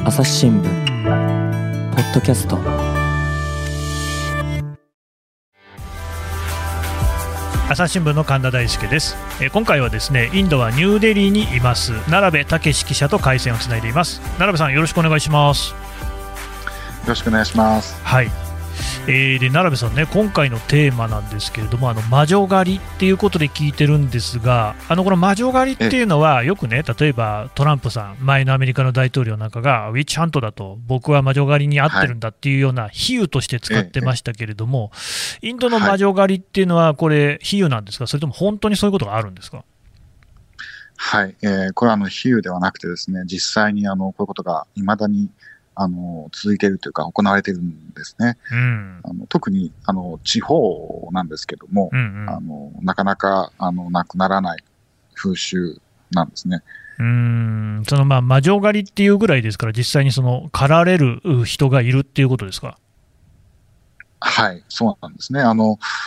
朝日新聞ポッドキャスト。 朝日新聞の神田大輔です。今回はですね、インドはニューデリーにいます奈良部武記者と回線をつないでいます。奈良部さん、よろしくお願いします。 よろしくお願いします。 はい。で奈良部さんね、今回のテーマなんですけれども、魔女狩りっていうことで聞いてるんですが、この魔女狩りっていうのはよくね、例えばトランプさん、前のアメリカの大統領なんかがウィッチハントだと、僕は魔女狩りに合ってるんだっていうような比喩として使ってましたけれども、インドの魔女狩りっていうのはこれ比喩なんですか、それとも本当にそういうことがあるんですか？ はい、これは比喩ではなくてですね、実際にこういうことが未だに続いているというか行われているんですね。特に地方なんですけども、なかなかなくならない風習なんですね。 その魔女狩りっていうぐらいですから、実際に狩られる人がいるっていうことですか？ はい、そうなんですね。なん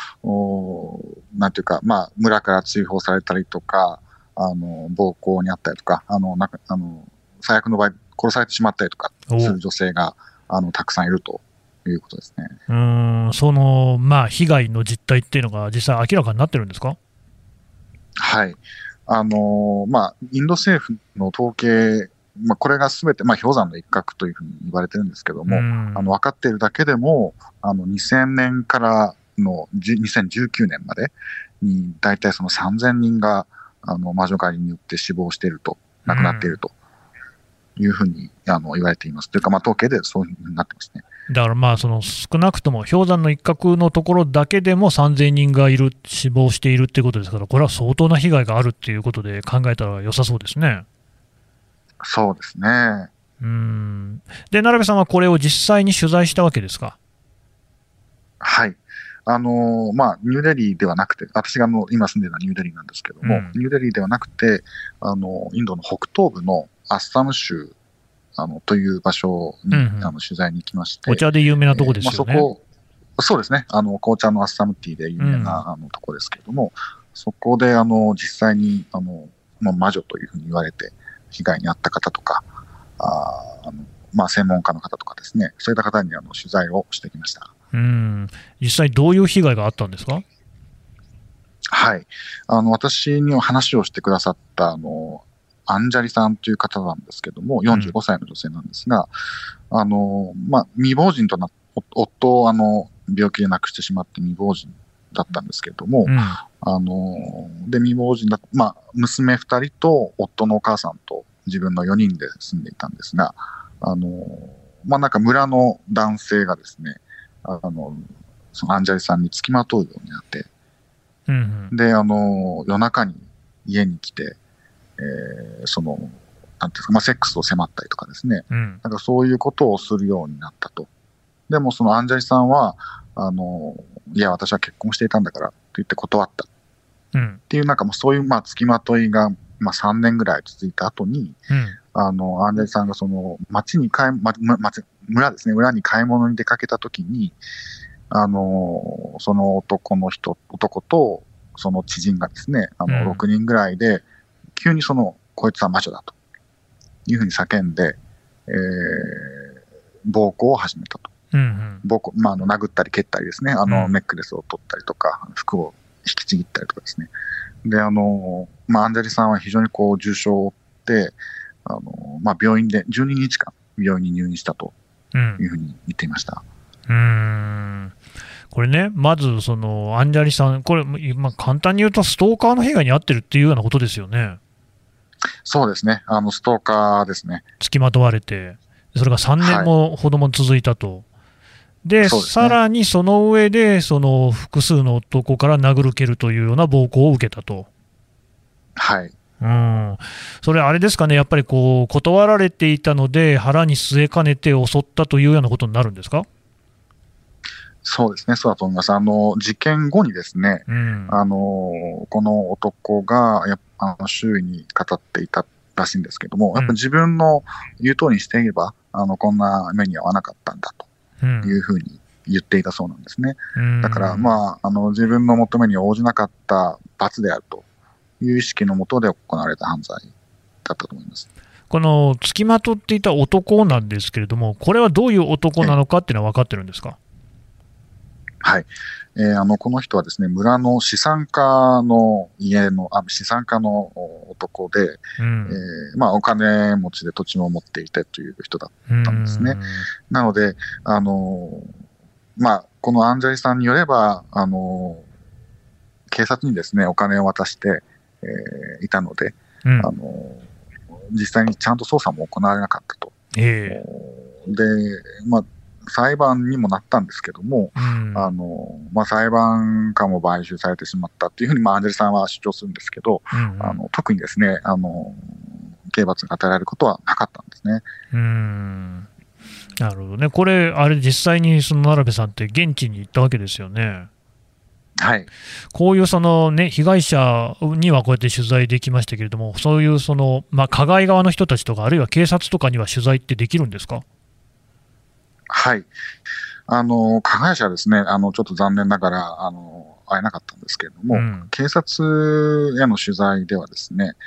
ていうか、村から追放されたりとか、暴行にあったりとか、最悪の場合殺されてしまったりとかする女性がたくさんいるということですね。 被害の実態っていうのが実際明らかになってるんですか？ はい。インド政府の統計、これがすべて、氷山の一角というふうに言われてるんですけども、分かっているだけでも、2000年からの2019年までに、大体その3000人が、魔女狩りによって死亡していると、亡くなっているというふうに言われています。というか、統計でそういうふうになってますね。 だから少なくとも氷山の一角のところだけでも3000人が死亡しているということですから、これは相当な被害があるということで考えたら良さそうですね。 そうですね。 で、奈良部さんはこれを実際に取材したわけですか？ はい。ニューデリーではなくて、私が今住んでいるのはニューデリーなんですけども、ニューデリーではなくて、インドの北東部のアッサム州という場所に、取材に行きまして。 お茶で有名なとこですよね。 そうですね。紅茶のアッサムティーで有名な、とこですけれども、そこで実際に魔女というふうに言われて被害に遭った方とか、専門家の方とかですね、そういった方に取材をしてきました。 実際どういう被害があったんですか？ はい。私に話をしてくださったアンジャリさんという方なんですけども、45歳の女性なんですが、未亡人となっ夫を病気で亡くしてしまって未亡人だったんですけれども、で未亡人だ、娘2人と夫のお母さんと自分の4人で住んでいたんですが、なんか村の男性がですね、そのアンジャリさんに付きまとうようになって、で夜中に家に来て、なんていうんですか、セックスを迫ったりとかですね、なんかそういうことをするようになったと。でもそのアンジャリさんは、いや、私は結婚していたんだからと言って断った。っていう、なんかもうそういう付きまといが、3年ぐらい続いた後に、アンジャリさんが村ですね、村に買い物に出かけた時に、その男とその知人がですね、6人ぐらいで、急にこいつは魔女だというふうに叫んで、暴行を始めたと。殴ったり蹴ったりですね、ネックレスを取ったりとか、服を引きちぎったりとかですね。で、アンジャリさんは非常に重傷を負って、病院で12日間病院に入院したというふうに言っていました。 これね、まずアンジャリさん、これ、簡単に言うとストーカーの被害に遭ってるっていうようなことですよね。 そうですね、ストーカーですね。 付きまとわれて、それが3年もほども続いたと。で、さらにその上で、複数の男から殴る蹴るというような暴行を受けたと。 はい。 それ、あれですかね、やっぱり断られていたので、腹に据えかねて襲ったというようなことになるんですか？ そうですね、そうだと思います。事件後にですね、この男が周囲に語っていたらしいんですけども、やっぱ自分の言う通りにしていれば、こんな目に遭わなかったんだというふうに言っていたそうなんですね。だから、自分の求めに応じなかった罰であるという意識のもとで行われた犯罪だったと思います。 この付きまとっていた男なんですけれども、これはどういう男なのかっていうのは分かってるんですか？ はい。この人はですね、村の資産家の家の、資産家の男で、お金持ちで土地も持っていてという人だったんですね。なので、このアンジャリさんによれば、警察にですね、お金を渡して、いたので、実際にちゃんと捜査も行われなかったと。で、裁判にもなったんですけども、裁判官も買収されてしまったというふうに、アンジェリさんは主張するんですけど、特にですね、刑罰が与えられることはなかったんですね。 なるほどね。これ、実際にその奈良部さんって現地に行ったわけですよね。 はい。 こういう被害者にはこうやって取材できましたけれども、そういう加害側の人たちとか、あるいは警察とかには取材ってできるんですか？ はい。加害者はですね、ちょっと残念ながら、会えなかったんですけれども、警察への取材ではですね、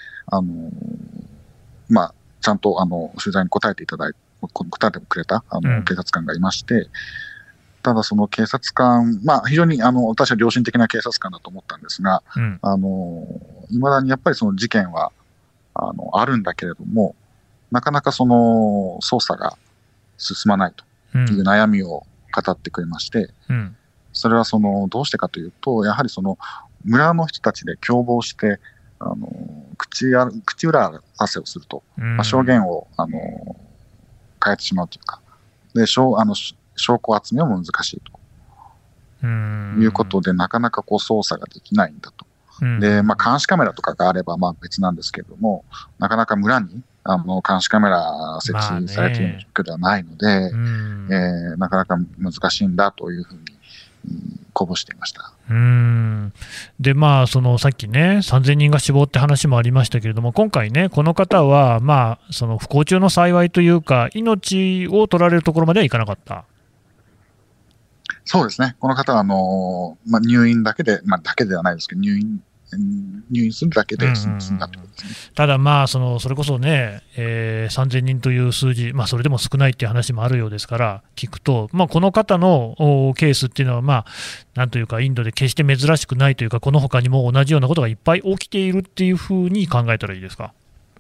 ちゃんと、取材に答えてくれた、警察官がいまして、ただその警察官、非常に、私は良心的な警察官だと思ったんですが、未だにやっぱりその事件は、あるんだけれども、なかなかその捜査が進まないという悩みを語ってくれまして、それはどうしてかというと、やはり村の人たちで共謀して、口裏合わせをすると、証言を変えてしまうというか、で証拠集めも難しいということで、なかなか捜査ができないんだと。で、監視カメラとかがあれば別なんですけれども、なかなか村に監視カメラ設置されている状況ではないので、なかなか難しいんだというふうにこぼしていました。 で、さっきね、3000人が死亡って話もありましたけれども、今回ね、この方は、不幸中の幸いというか、命を取られるところまではいかなかった。 そうですね、この方は入院だけで、だけではないですけど、入院するだけで済んだということですね。 ただ、それこそね、3000人という数字、それでも少ないっていう話もあるようですから、聞くと、この方のケースっていうのは、なんというか、インドで決して珍しくないというか、この他にも同じようなことがいっぱい起きているっていうふうに考えたらいいですか？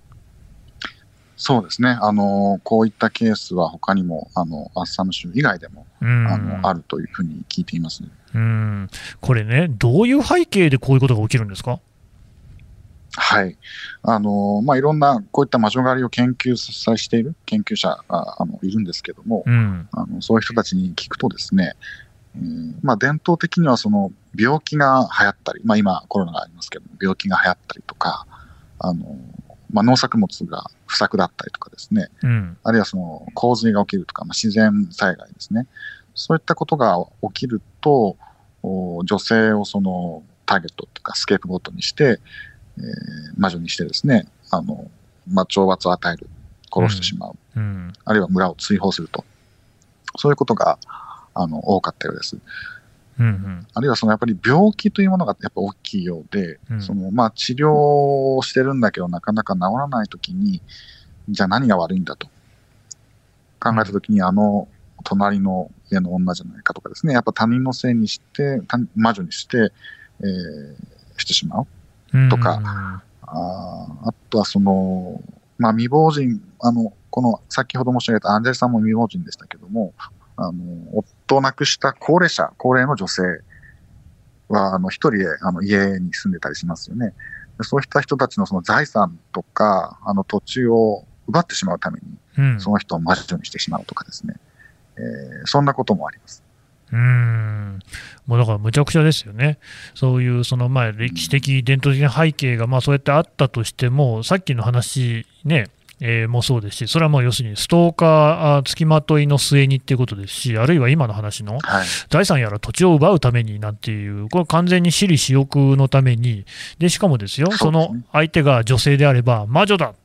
そうですね、こういったケースは他にもアッサム州以外でもあるというふうに聞いています。 これね、どういう背景でこういうことが起きるんですか？ はい。いろんなこういった魔女狩りを研究している研究者がいるんですけども、そういう人たちに聞くとですね、伝統的には病気が流行ったり、今コロナがありますけども、病気が流行ったりとか、農作物が不作だったりとかですね、あるいは洪水が起きるとか、自然災害ですね、そういったことが起きると、女性をターゲットというかスケープゴートにして、魔女にしてですね、懲罰を与える、殺してしまう、あるいは村を追放すると、そういうことが多かったようです。あるいはやっぱり病気というものがやっぱ大きいようで、治療をしてるんだけどなかなか治らないときに、じゃあ何が悪いんだと考えたときに、隣の家の女じゃないかとかですね、やっぱ他人のせいにして、魔女にして、してしまうとか、あとは未亡人、この先ほど申し上げたアンジェリさんも未亡人でしたけども、夫を亡くした高齢の女性は一人で家に住んでたりしますよね。そういった人たちの財産とか土地を奪ってしまうために、その人を魔女にしてしまうとかですね、そんなこともあります。 もうだからむちゃくちゃですよね。そういう歴史的、伝統的な背景がそうやってあったとしても、さっきの話ね、もそうですし、それは要するにストーカー付きまといの末にっていうことですし、あるいは今の話の財産やら土地を奪うためになんていう、これ完全に私利私欲のために、でしかもですよ、その相手が女性であれば魔女だっ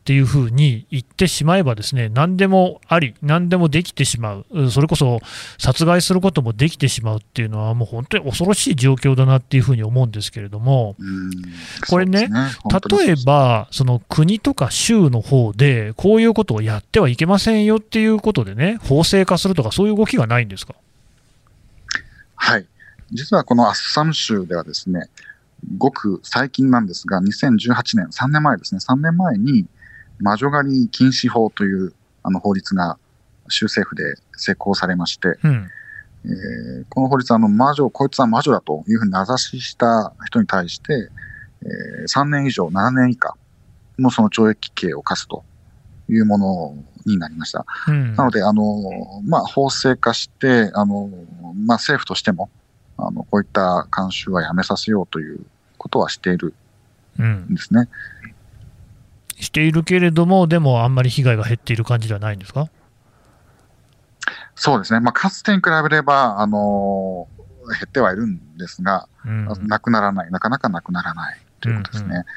っていうふうに言ってしまえばですね、何でもあり、何でもできてしまう、それこそ殺害することもできてしまうっていうのは、もう本当に恐ろしい状況だなっていうふうに思うんですけれども、これね、例えば、その国とか州の方で、こういうことをやってはいけませんよっていうことでね、法制化するとか、そういう動きがないんですか？ はい。実はこのアッサム州ではですね、ごく最近なんですが、2018年、3年前ですね、3年前に魔女狩り禁止法という法律が州政府で施行されまして、この法律はこいつは魔女だというふうに名指しした人に対して、3年以上7年以下のその懲役刑を課すというものになりました。なので、法制化して、政府としても、こういった慣習はやめさせようということはしているんですね。 しているけれども、でもあんまり被害が減っている感じではないんですか？ そうですね。かつてに比べれば、減ってはいるんですが、なくならない、なかなかなくならないということですね。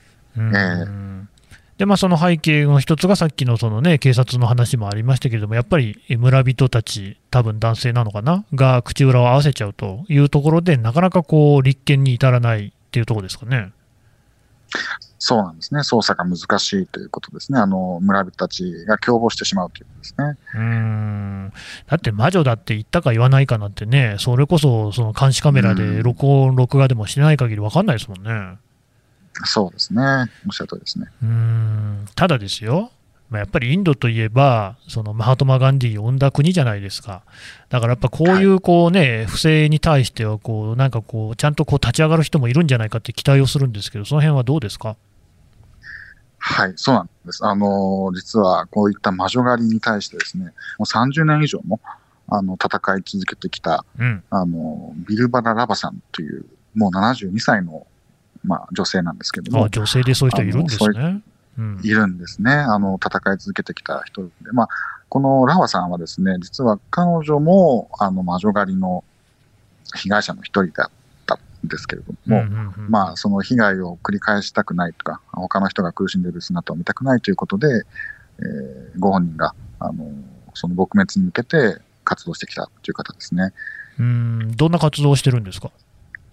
でその背景の一つがさっきのその、ね、警察の話もありましたけれども、やっぱり村人たち、多分男性なのかな、が口裏を合わせちゃうというところで、なかなか立件に至らないっていうところですかね。 そうなんですね。捜査が難しいということですね。村人たちが共謀してしまうということですね。 だって魔女だって言ったか言わないかなんてね、それこそその監視カメラで録音、録画でもしてない限り分かんないですもんね。 そうですね。おっしゃる通りですね。 ただですよ、やっぱりインドといえば、そのマハトマ・ガンディを生んだ国じゃないですか。だからやっぱこういう不正に対してはなんかちゃんと立ち上がる人もいるんじゃないかって期待をするんですけど、その辺はどうですか？ はい、そうなんです。実はこういった魔女狩りに対してですね、もう30年以上も戦い続けてきた、ビルバラ・ラバさんという、もう72歳の女性なんですけども。 女性でそういう人いるんですね。 いるんですね。戦い続けてきた人で。このラワさんはですね、実は彼女も、魔女狩りの被害者の一人だったんですけれども、その被害を繰り返したくないとか、他の人が苦しんでいる姿を見たくないということで、ご本人が、その撲滅に向けて活動してきたという方ですね。 どんな活動をしてるんですか？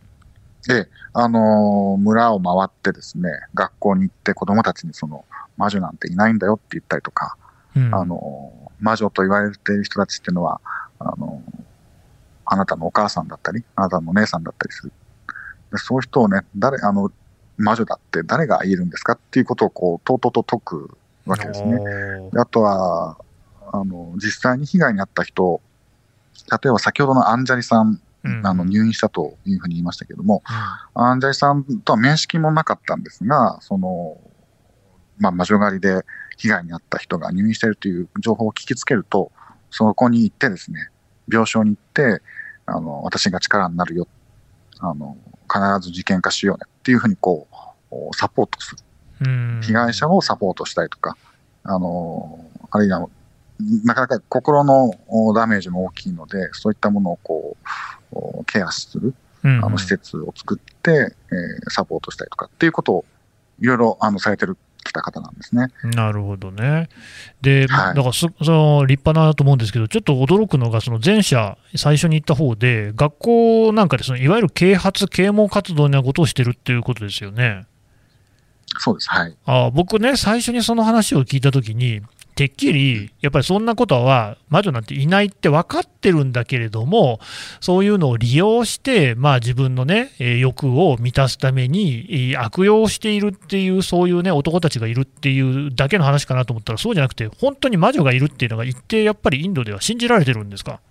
村を回ってですね、学校に行って子供たちに魔女なんていないんだよって言ったりとか、魔女と言われている人たちっていうのは、あなたのお母さんだったり、あなたのお姉さんだったりする。でそういう人をね、魔女だって誰が言えるんですかっていうことをとうとうと解くわけですね。であとは、実際に被害に遭った人、例えば先ほどのアンジャリさん、入院したというふうに言いましたけれども、アンジャリさんとは面識もなかったんですが、魔女狩りで被害に遭った人が入院しているという情報を聞きつけると、そこに行ってですね、病床に行って、私が力になるよ、必ず事件化しようねっていうふうにサポートする。被害者をサポートしたりとか、あるいは、なかなか心のダメージも大きいので、そういったものをケアする施設を作って、サポートしたりとかっていうことをいろいろされてきた方なんですね。 なるほどね。で、だから立派なと思うんですけど、ちょっと驚くのが、その前者、最初に言った方で、学校なんかでいわゆる啓発、啓蒙活動のことをしてるっていうことですよね。 そうです。はい。 僕ね、最初にその話を聞いたときに、てっきり、やっぱりそんなことは魔女なんていないって分かってるんだけれども、そういうのを利用して、自分のね、欲を満たすために悪用しているっていう、そういうね、男たちがいるっていうだけの話かなと思ったら、そうじゃなくて、本当に魔女がいるっていうのが一定、やっぱりインドでは信じられてるんですか？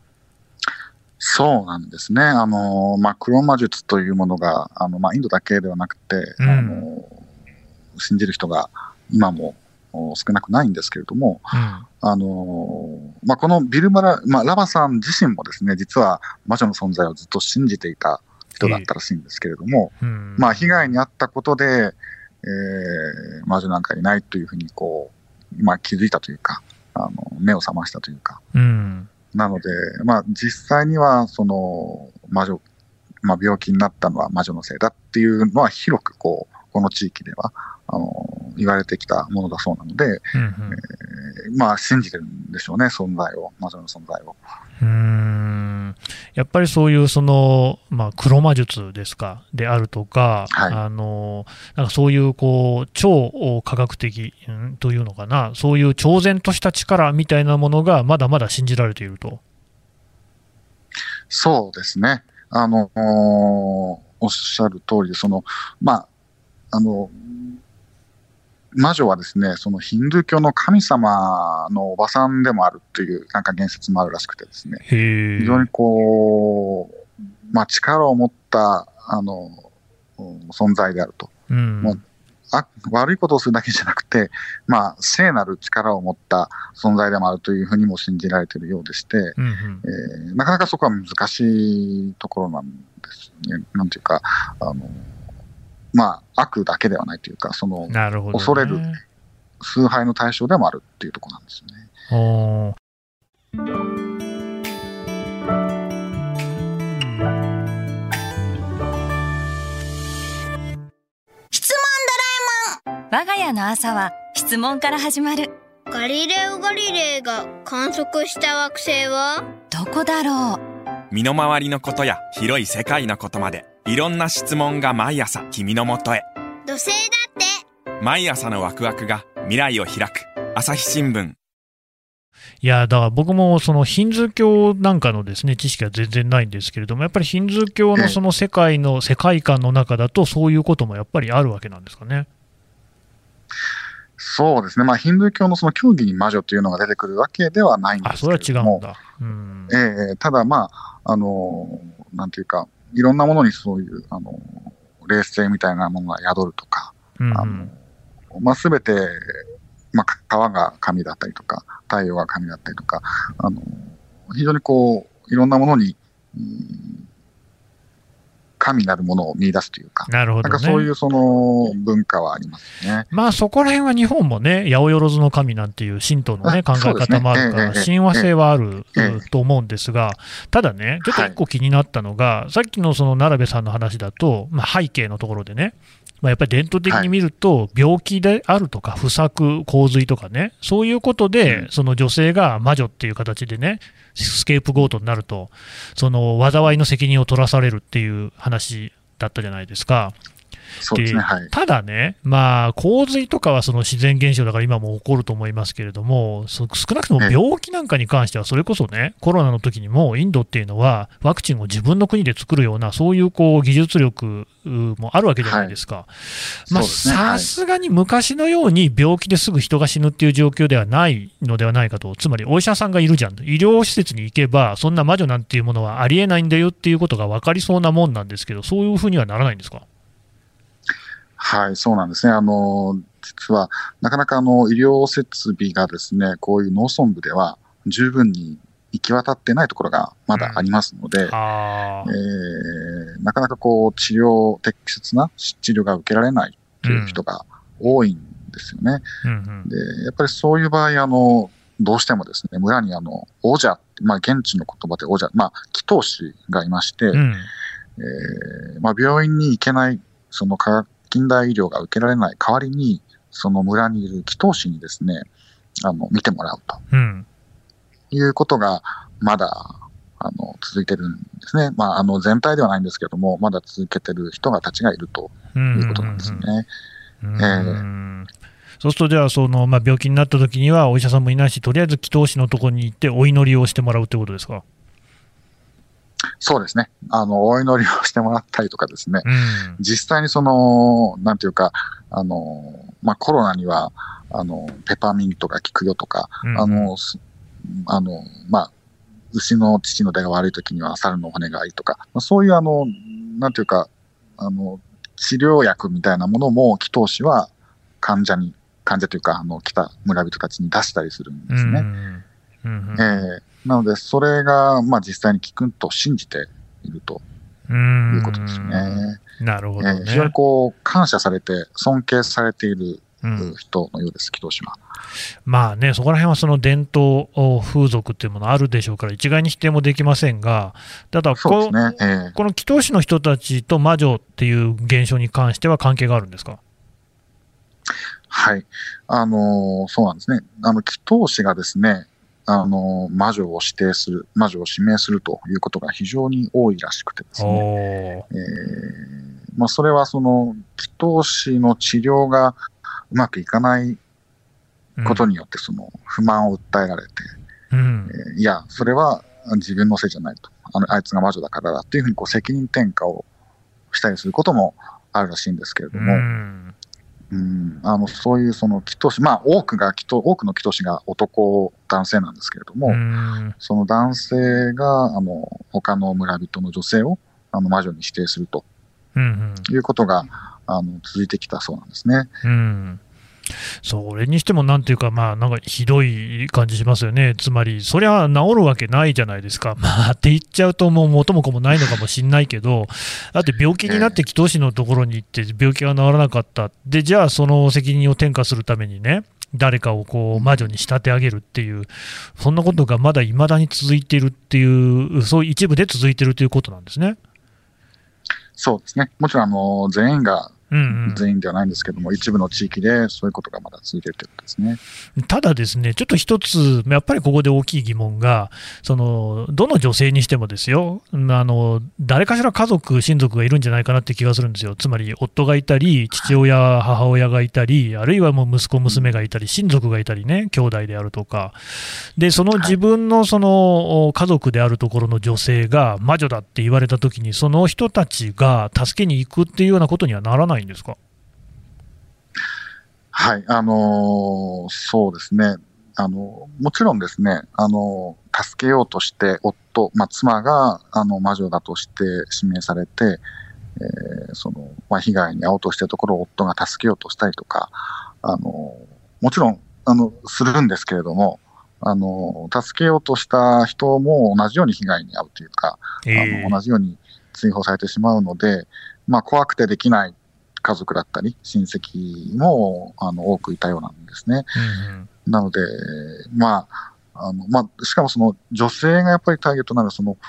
そうなんですね。黒魔術というものが、インドだけではなくて、信じる人が今も少なくないんですけれども、このビルバラ、ラバさん自身もですね、実は魔女の存在をずっと信じていた人だったらしいんですけれども、被害に遭ったことで、魔女なんかいないというふうに気づいたというか、目を覚ましたというか、なので、実際には魔女、病気になったのは魔女のせいだっていうのは広くこの地域では言われてきたものだそうなので、まあ信じてるんでしょうね、魔女の存在を。 やっぱりそういうまあ、黒魔術ですか、であるとか、 はい、 なんかそういう超科学的、というのかな、そういう超然とした力みたいなものがまだまだ信じられていると。 そうですね。おっしゃる通りで、まあ、魔女はですね、そのヒンドゥー教の神様のおばさんでもあるというなんか言説もあるらしくてですね、非常にまあ、力を持った存在であると。もう悪いことをするだけじゃなくて、まあ、聖なる力を持った存在でもあるというふうにも信じられているようでして、なかなかそこは難しいところなんですね。なんていうか、まあ、悪だけではないというか、 なるほどね、 恐れる崇拝の対象でもあるっていうところなんですよね。 質問ドラえもん。我が家の朝は質問から始まる。 ガリレオ・ガリレイが観測した惑星はどこだろう。身の回りのことや広い世界のことまで、いろんな質問が毎朝君のもとへ。 土星だって。 毎朝のワクワクが未来を開く。朝日新聞。 いや、だから僕もヒンズー教なんかのですね、知識は全然ないんですけれども、やっぱりヒンズー教の世界観の中だと、そういうこともやっぱりあるわけなんですかね。 そうですね。まあ、ヒンドゥー教の教義に魔女というのが出てくるわけではないんですけれども。 それは違うんだ。 ただまあ、なんていうか、いろんなものにそういう、霊性みたいなものが宿るとか、まあ、すべて、まあ、川が神だったりとか、太陽が神だったりとか、非常にいろんなものに、神なるものを見出すというか、 なるほどね、 なんかそういう文化はありますね。 まあそこら辺は日本もね、八百万の神なんていう神道のね、考え方もあるから、親和性はあると思うんですが、ただね、ちょっと一個気になったのが、さっきの奈良部さんの話だと、まあ、背景のところでね、まあ、やっぱり伝統的に見ると、病気であるとか、不作、洪水とかね、そういうことで、女性が魔女っていう形でね、スケープゴートになると、災いの責任を取らされるっていう話だったじゃないですか。 そうですね、はい、 ただね、まあ、洪水とかは自然現象だから今も起こると思いますけれども、少なくとも病気なんかに関しては、それこそね、コロナの時にもインドっていうのは、ワクチンを自分の国で作るような、そういう技術力もあるわけじゃないですか。まあ、さすがに昔のように病気ですぐ人が死ぬっていう状況ではないのではないかと、つまりお医者さんがいるじゃん、医療施設に行けば、そんな魔女なんていうものはありえないんだよっていうことが分かりそうなもんなんですけど、そういうふうにはならないんですか？ はい、そうなんですね。実は、なかなか医療設備がですね、こういう農村部では十分に行き渡ってないところがまだありますので、なかなか適切な治療が受けられないという人が多いんですよね。で、やっぱりそういう場合、どうしてもですね、村に王者、まあ、現地の言葉で王者、まあ、祈祷師がいまして、まあ、病院に行けない、近代医療が受けられない代わりに、その村にいる祈祷師にですね、見てもらうと、いうことが、まだ、続いてるんですね。まあ、全体ではないんですけども、まだ続けてる人がたちがいるということなんですね。 そうすると、じゃあ、まあ、病気になった時には、お医者さんもいないし、とりあえず祈祷師のところに行って、お祈りをしてもらうということですか？ そうですね。お祈りをしてもらったりとかですね。実際になんていうか、まあ、コロナには、ペパーミントが効くよとか、まあ、牛の乳の出が悪い時には猿の骨がいいとか、そういうなんていうか、治療薬みたいなものも祈祷師は患者というか、来た村人たちに出したりするんですね。なので、それが、まあ、実際に効くと信じているということですね。 なるほどね。 非常に感謝されて、尊敬されている人のようです、祈祷師は。 まあね、そこら辺は伝統風俗っていうものあるでしょうから、一概に否定もできませんが、ただこの祈祷師の人たちと魔女っていう現象に関しては関係があるんですか？ はい。そうなんですね。祈祷師がですね、魔女を指定する、魔女を指名するということが非常に多いらしくてですね。それはその、祈祷師の治療がうまくいかないことによって、その、不満を訴えられて、いや、それは自分のせいじゃないと。あいつが魔女だからだっていうふうにこう責任転嫁をしたりすることもあるらしいんですけれども、そういうその祈祷師、多くの祈祷師が男性なんですけれども、その男性が他の村人の女性を魔女に指定するということが続いてきたそうなんですね。 それにしても、なんていうか、なんかひどい感じしますよね、つまり、そりゃ治るわけないじゃないですか、って言っちゃうと、もう元も子もないのかもしれないけど、だって病気になって祈祷師のところに行って、病気が治らなかった、でじゃあ、その責任を転嫁するためにね、誰かをこう魔女に仕立て上げるっていう、そんなことがまだいまだに続いているっていう、そういう一部で続いているということなんですね。 そうですね。もちろん全員が全員ではないんですけども、一部の地域でそういうことがまだ続いているということですね。 ただですね、ちょっと一つ、やっぱりここで大きい疑問が、どの女性にしてもですよ、誰かしら家族、親族がいるんじゃないかなって気がするんですよ。つまり、夫がいたり、父親、母親がいたり、あるいはもう息子、娘がいたり、親族がいたりね、兄弟であるとか、で、その自分のその家族であるところの女性が魔女だって言われたときに、その人たちが助けに行くっていうようなことにはならないんですか？ はい、そうですね。もちろんですね、助けようとして妻が魔女だとして指名されて、被害に遭おうとしているところを夫が助けようとしたりとか、もちろんするんですけれども、助けようとした人も同じように被害に遭うというか、同じように追放されてしまうので、怖くてできない家族だったり親戚も多くいたようなんですね。なので、しかもその女性がやっぱりターゲットなら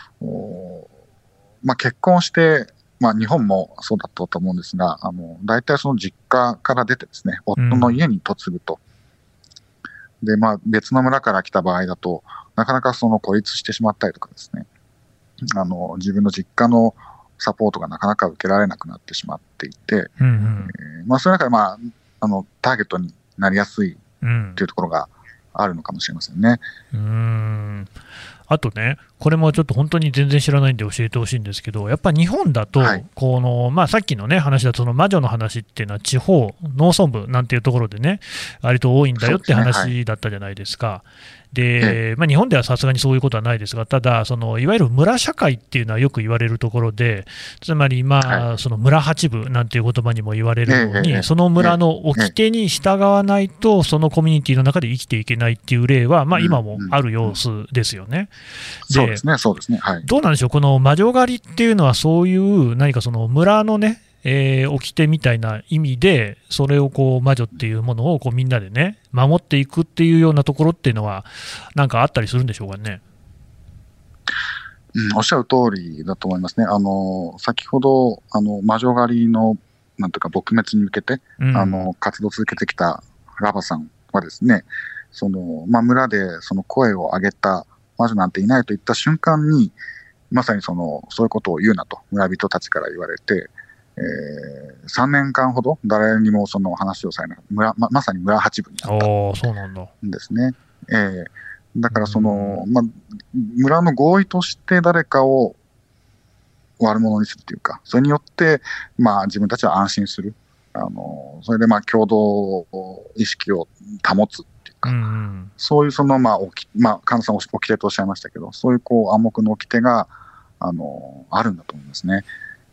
結婚して、日本もそうだったと思うんですが、大体その実家から出てですね、夫の家に嫁ぐと。で、別の村から来た場合だと、なかなか孤立してしまったりとかですね、自分の実家のサポートがなかなか受けられなくなってしまっていて、そういう中で、ターゲットになりやすいというところがあるのかもしれませんね。 あとね、これもちょっと本当に全然知らないんで教えてほしいんですけど、やっぱり日本だと、さっきのね、話だと、その魔女の話っていうのは、地方、農村部なんていうところでね、割と多いんだよって話だったじゃないですか。で、日本ではさすがにそういうことはないですが、ただ、いわゆる村社会っていうのはよく言われるところで、つまり、その村八部なんていう言葉にも言われるように、その村の掟に従わないと、そのコミュニティの中で生きていけないっていう例は、今もある様子ですよね。 そうですね、そうですね。はい。 どうなんでしょう、この魔女狩りっていうのは、そういう何かその村のね、掟みたいな意味で、それを魔女っていうものをみんなでね、守っていくっていうようなところっていうのは、なんかあったりするんでしょうかね。 おっしゃる通りだと思いますね。先ほど魔女狩りのなんていうか撲滅に向けて、活動を続けてきたラバさんはですね、村でその声を上げた魔女なんていないといった瞬間に、まさにそういうことを言うなと村人たちから言われて、3年間ほど誰にもその話をされなかったまさに村八部にあったんですね。だから村の合意として誰かを悪者にするというか、それによって自分たちは安心する、それで共同意識を保つっていうか、そういう神田さん掟とおっしゃいましたけど、そういう暗黙の掟があるんだと思いますね。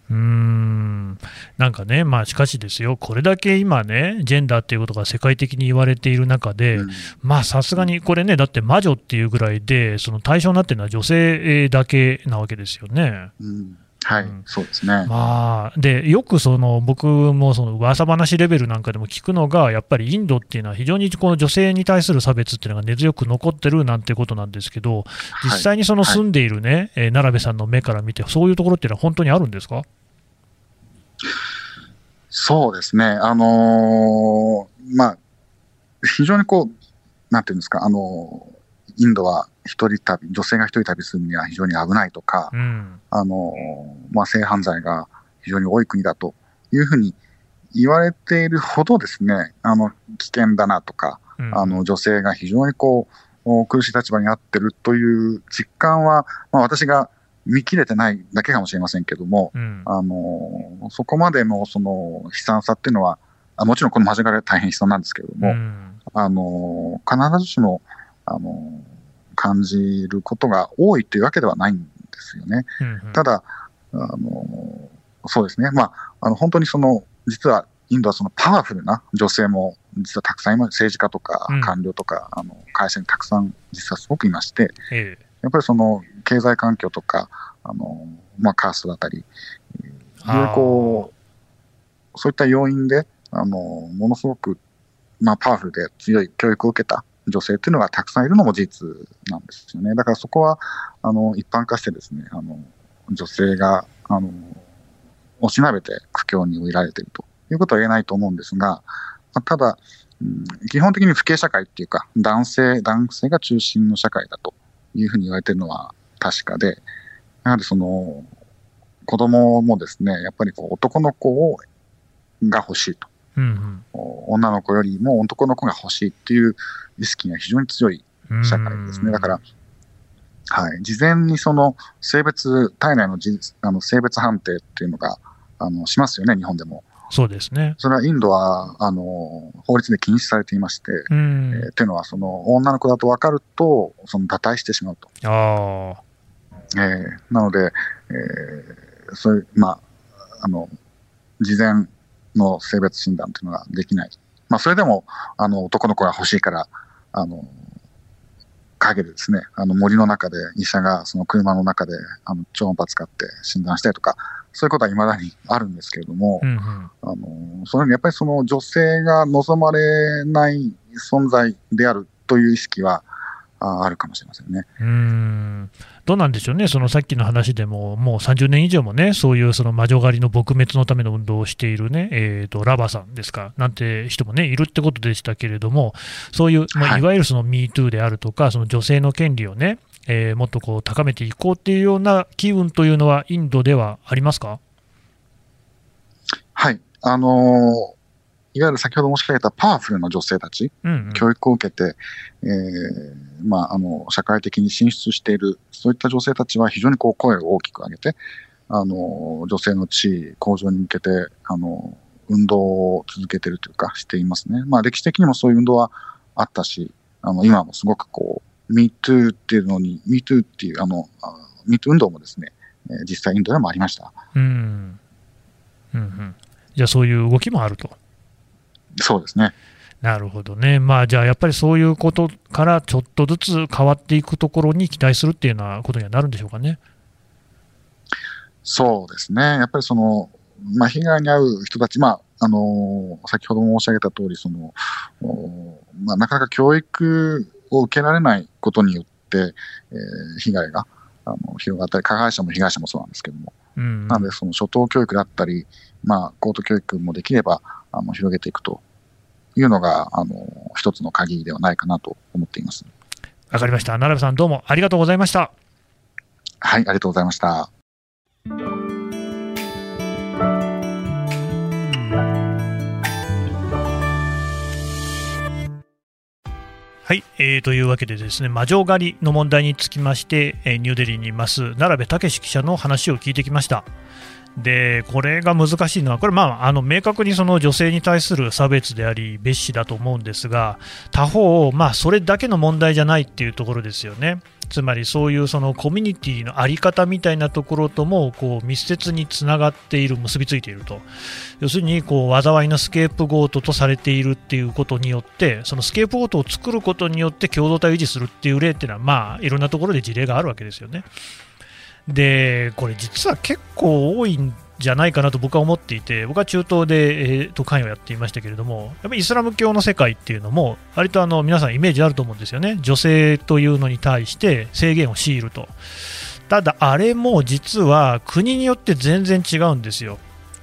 なんかね、しかしですよ、これだけ今ね、ジェンダーっていうことが世界的に言われている中で、さすがにこれね、だって魔女っていうぐらいで、その対象になっているのは女性だけなわけですよね。 はい、そうですね。 でよく僕も噂話レベルなんかでも聞くのが、やっぱりインドっていうのは非常にこの女性に対する差別っていうのが根強く残ってるなんてことなんですけど、実際に住んでいるね、奈良部さんの目から見て、そういうところっていうのは本当にあるんですか？ そうですね。 非常になんていうんですか、インドは女性が一人旅するには非常に危ないとか、性犯罪が非常に多い国だというふうに言われているほどですね、危険だなとか、女性が非常に苦しい立場にあってるという実感は、私が見切れてないだけかもしれませんけども、そこまでのその悲惨さっていうのは、もちろんこの魔女狩りは大変悲惨なんですけれども、必ずしも感じることが多いというわけではないんですよね。ただそうですね、本当に実はインドはパワフルな女性も実はたくさん政治家とか官僚とか、会社にたくさん実はすごくいまして、やっぱり経済環境とかカーストだったり、そういった要因でものすごくパワフルで強い教育を受けた女性というのがたくさんいるのも事実なんですよね。だからそこは一般化してですね、女性がおしなべて苦境に追いられているということは言えないと思うんですが、ただ、基本的に父系社会っていうか、男性が中心の社会だというふうに言われているのは確かで、やはり子供もですね、やっぱり男の子が欲しいと、女の子よりも男の子が欲しいっていう意識が非常に強い社会ですね。だから、事前に体内の性別判定っていうのがしますよね、日本でも。 そうですね。 それはインドは法律で禁止されていまして、っていうのは女の子だと分かると堕胎してしまうと。なので、そういう事前の性別診断というのができない。それでも男の子が欲しいから陰でですね、森の中で医者が車の中で超音波使って診断したりとか、そういうことは未だにあるんですけれども、そのようにやっぱり女性が望まれない存在であるという意識はあるかもしれませんね。 どうなんでしょうね、さっきの話でも、もう30年以上もね、そういう魔女狩りの撲滅のための運動をしているね、ラバさんですか、なんて人もね、いるってことでしたけれども、そういう、いわゆるMeToo であるとか、女性の権利をね、もっと高めていこうっていうような機運というのは、インドではありますか？ はい。いわゆる先ほど申し上げたパワフルな女性たち、教育を受けて、社会的に進出している、そういった女性たちは非常に声を大きく上げて、女性の地位向上に向けて、運動を続けているというか、していますね。歴史的にもそういう運動はあったし、今もすごくMeToo っていうのに、MeToo っていう、MeToo 運動もですね、実際インドでもありました。 じゃあそういう動きもあると。 そうですね。 なるほどね。じゃあやっぱりそういうことからちょっとずつ変わっていくところに期待するっていうようなことにはなるんでしょうかね。 そうですね。やっぱり被害に遭う人たち、先ほど申し上げた通り、なかなか教育を受けられないことによって、被害が広がったり、加害者も被害者もそうなんですけども、なので初等教育だったり、高等教育もできれば広げていくというのが一つの鍵ではないかなと思っています。 わかりました。奈良部さん、どうもありがとうございました。 はい、ありがとうございました。 はい、というわけでですね、魔女狩りの問題につきまして、ニューデリーにいます奈良部武記者の話を聞いてきました。でこれが難しいのは、これ、明確に女性に対する差別であり蔑視だと思うんですが、他方、それだけの問題じゃないっていうところですよね。つまりそういうコミュニティの在り方みたいなところとも密接につながっている、結びついていると。要するに災いのスケープゴートとされているっていうことによって、そのスケープゴートを作ることによって共同体を維持するっていう例っていうのはいろんなところで事例があるわけですよね。でこれ実は結構多いんじゃないかなと僕は思っていて、僕は中東で、関与をやっていましたけれども、やっぱりイスラム教の世界っていうのも割と皆さんイメージあると思うんですよね。女性というのに対して制限を強いると。ただあれも実は国によって全然違うんですよ。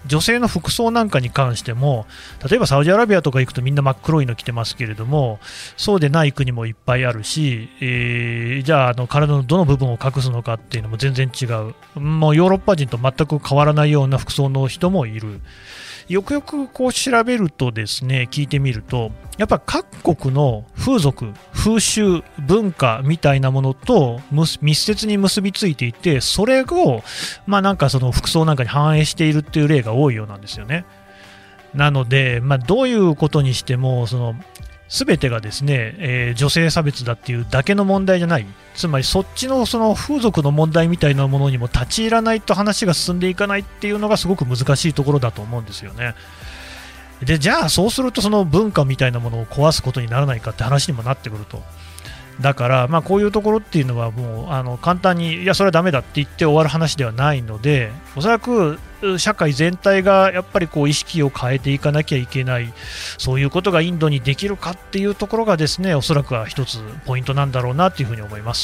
女性の服装なんかに関しても、例えばサウジアラビアとか行くとみんな真っ黒いの着てますけれども、そうでない国もいっぱいあるし、じゃあ、体のどの部分を隠すのかっていうのも全然違う、もうヨーロッパ人と全く変わらないような服装の人もいる。よくよくこう調べるとですね、聞いてみると、やっぱ各国の風俗、風習、文化みたいなものと密接に結びついていて、それを、なんかその服装なんかに反映しているっていう例が多いようなんですよね。なので、どういうことにしても、全てがですね、女性差別だっていうだけの問題じゃない、つまりそっちのその風俗の問題みたいなものにも立ち入らないと話が進んでいかないっていうのがすごく難しいところだと思うんですよね。で、じゃあそうするとその文化みたいなものを壊すことにならないかって話にもなってくると。だから、こういうところっていうのはもう簡単にいやそれはダメだって言って終わる話ではないので、おそらく社会全体がやっぱりこう意識を変えていかなきゃいけない、そういうことがインドにできるかっていうところがですね、おそらくは一つポイントなんだろうなというふうに思います。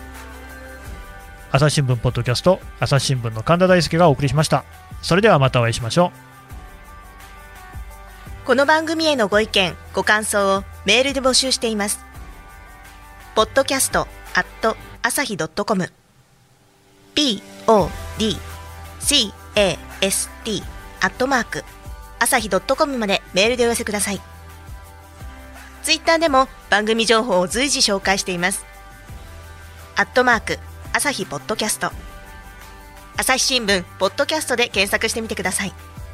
朝日新聞ポッドキャスト、朝日新聞の神田大輔がお送りしました。それではまたお会いしましょう。この番組へのご意見ご感想をメールで募集しています。podcast@asahi.com podcast@asahi.com までメールでお寄せください。ツイッターでも番組情報を随時紹介しています。@朝日ポッドキャスト、朝日新聞ポッドキャストで検索してみてください。